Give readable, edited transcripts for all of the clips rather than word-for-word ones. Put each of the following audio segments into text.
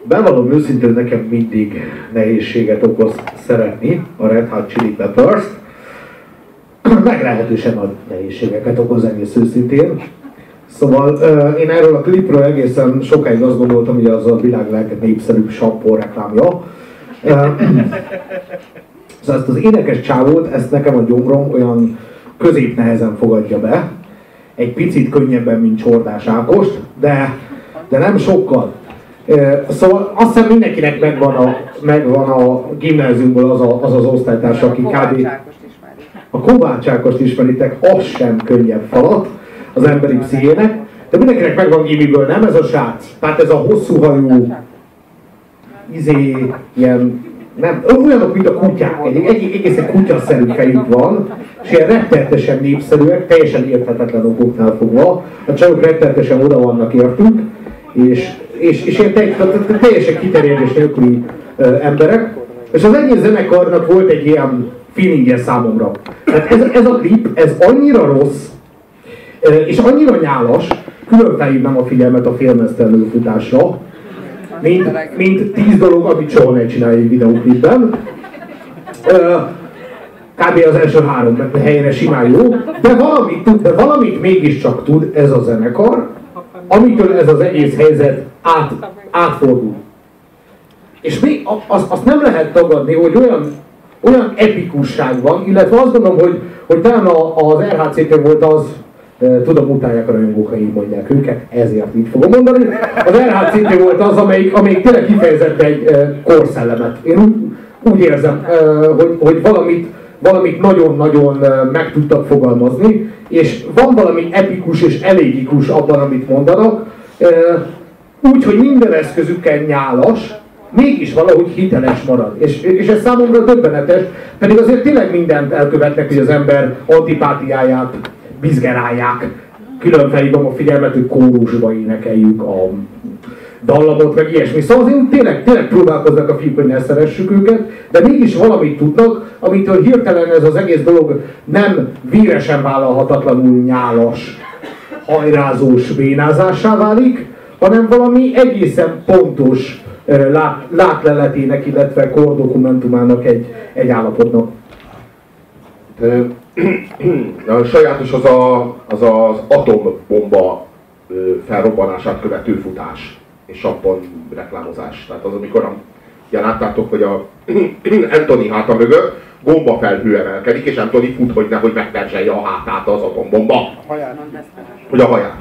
Bevallom őszintén, nekem mindig nehézséget okoz szeretni a Red Hot Chili Peppers-t. Meglehetősen nagy nehézségeket okoz egész őszintén. Szóval én erről a klipről egészen sokáig azt gondoltam, hogy az a világ legnépszerűbb sampó reklámja. Szóval ezt az énekes csávót, ezt nekem a gyomrom olyan középnehezen fogadja be. Egy picit könnyebben, mint Csordás Ákost, de nem sokkal. Szóval azt hiszem mindenkinek megvan a gimnáziumból az osztálytársa, aki kb. A Kovács Ákost ismeritek, az sem könnyebb falat az emberi pszichének, de mindenkinek megvan gimiből, nem ez a srác? Tehát ez a hosszú hajú, ilyen, nem, olyanok, mint a kutyák, egy egészen kutyaszerű fejük van, és ilyen rettenetesen népszerűek, teljesen érthetetlen okoknál fogva. A csajok rettenetesen oda vannak értük, és ilyen teljesen kiterjedés nélküli emberek. És az egész zenekarnak volt egy ilyen feelingje számomra. Tehát ez a klip, ez annyira rossz, és annyira nyálas, külön felhívnám a figyelmet a filmesztelő futásra, mint 10 dolog, amit soha ne csinálj egy videóklipben. Kb. Az első 3 helyre simán jó, de valamit mégiscsak tud ez a zenekar, amitől ez az egész helyzet átfordul. És még azt nem lehet tagadni, hogy olyan epikusság van, illetve azt gondolom, hogy talán az RHCT volt az, tudom, utálják a rajongók, ha így mondják őket, ezért így fogom mondani. Az RHCT volt az, amelyik tényleg kifejezett egy korszellemet. Én úgy érzem, hogy valamit nagyon-nagyon meg tudtak fogalmazni, és van valami epikus és elégikus abban, amit mondanak, úgy, hogy minden eszközükkel nyálas, mégis valahogy hiteles marad. És ez számomra döbbenetes, pedig azért tényleg mindent elkövetnek, hogy az ember antipátiáját bizgerálják. Külön felhívom a figyelmet, hogy kórusba énekeljük a dallamot, meg ilyesmi. Szóval azért tényleg próbálkoznak a fiúk, hogy ne szeressük őket, de mégis valamit tudnak, amitől hirtelen ez az egész dolog nem véresen vállalhatatlanul nyálas, hajrázós bénázássá válik, hanem valami egészen pontos látleletének, illetve kordokumentumának egy állapotnak. Sajátos az atombomba felrobbanását követő futás és sampon reklámozás. Tehát az, amikor láttátok, hogy a Anthony háta mögött gombafelhő emelkedik, és Anthony fut, hogy nehogy megperzselje a hátát az atombomba. Hogy a haját.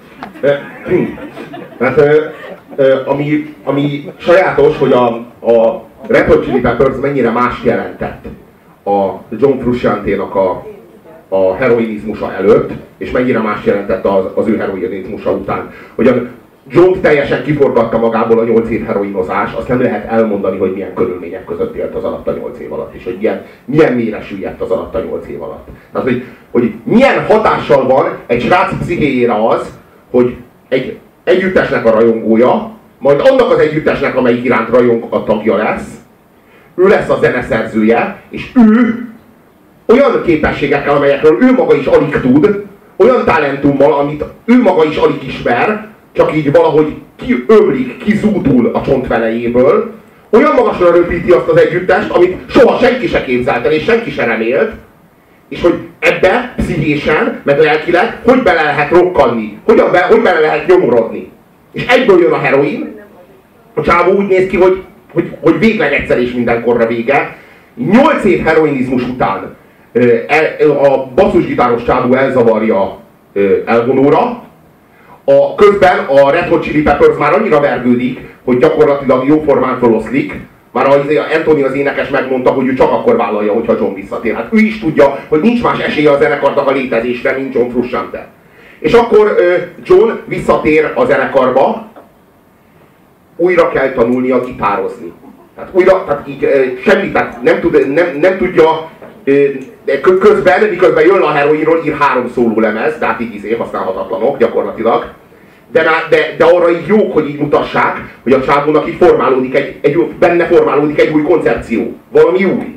Tehát, ami sajátos, hogy a Red Hot Chili Peppers mennyire más jelentett a John Frusciante-nak a heroinizmusa előtt, és mennyire más jelentett az ő heroinizmusa után. Hogyan John teljesen kiforgatta magából a 8 év heroinozás, azt nem lehet elmondani, hogy milyen körülmények között élt az alatt a 8 év alatt, és hogy milyen mélyre süllyedt az alatt a 8 év alatt. Tehát, hogy milyen hatással van egy srác pszichéjére az, hogy egy együttesnek a rajongója, majd annak az együttesnek, amelyik iránt rajong, a tagja lesz, ő lesz a zeneszerzője, és ő olyan képességekkel, amelyekről ő maga is alig tud, olyan talentummal, amit ő maga is alig ismer, csak így valahogy kiömlik, kizúdul a csontvelejéből, olyan magasra röpíti azt az együttest, amit soha senki se képzelt el, és senki se remélt, és hogy ebbe pszichésen, meg lelkileg, hogy bele lehet rokkanni, hogy bele lehet nyomorodni. És egyből jön a heroin, a csávó úgy néz ki, hogy végleg egyszer és mindenkorra vége. 8 év heroinizmus után a basszusgitáros csávó elzavarja elvonóra, közben a Red Hot Chili Peppers már annyira vergődik, hogy gyakorlatilag jóformán feloszlik. Már Anthony az énekes megmondta, hogy ő csak akkor vállalja, hogyha John visszatér. Hát ő is tudja, hogy nincs más esélye a zenekarnak a létezésre, mint John Frusciante. És akkor John visszatér a zenekarba, újra kell tanulnia gitározni. Tehát így semmit, nem tudja, miközben jön a heroinról, ír 3 szólólemez, tehát így használhatatlanok gyakorlatilag. De arra így jók, hogy így mutassák, hogy a csávónak így formálódik benne formálódik egy új koncepció. Valami új.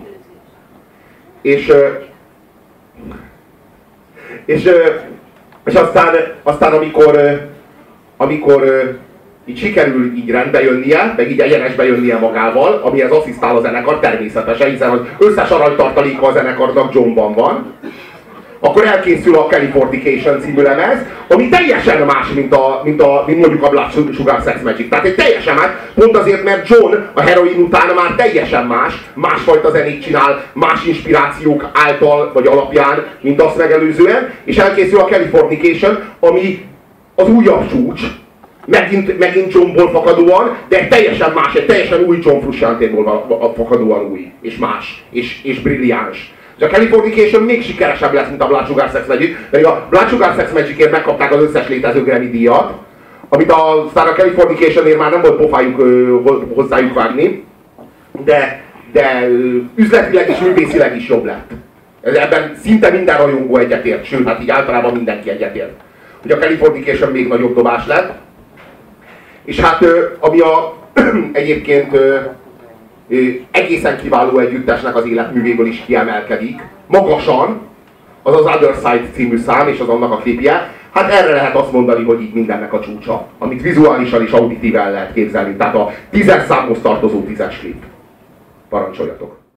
És aztán amikor így sikerül így rendbe jönnie, meg így egyenesbe jönnie magával, amihez asszisztál a zenekar természetesen, hiszen az összes aranytartaléka a zenekarnak Johnban van, akkor elkészül a Californication című lemez, ami teljesen más, mint mondjuk a Blood Sugar Sex Magik. Tehát egy teljesen más, pont azért, mert John a heroin után már teljesen másfajta zenét csinál, más inspirációk által vagy alapján, mint azt megelőzően, és elkészül a Californication, ami az újabb csúcs, megint Johnból fakadóan, de egy teljesen más, egy teljesen új John Frusciantéból fakadóan új, és más, és brilliáns. És a Californication még sikeresebb lesz, mint a Blood Sugar Sex Magic, pedig a Blood Sugar Sex Magicért megkapták az összes létező Grammy díjat, amit aztán a Californicationért már nem volt pofájuk hozzájuk vágni, de üzletileg és művészileg is jobb lett. Ebben szinte minden rajongó egyetért, sőt, hát így általában mindenki egyetért. Hogy a Californication még nagyobb dobás lett. És hát ami egyébként egészen kiváló együttesnek az életművéből is kiemelkedik, magasan, az az Other Side című szám és az annak a klipje. Hát erre lehet azt mondani, hogy így mindennek a csúcsa, amit vizuálisan és auditíven lehet képzelni. Tehát a 10-es számhoz tartozó 10-es klip. Parancsoljatok!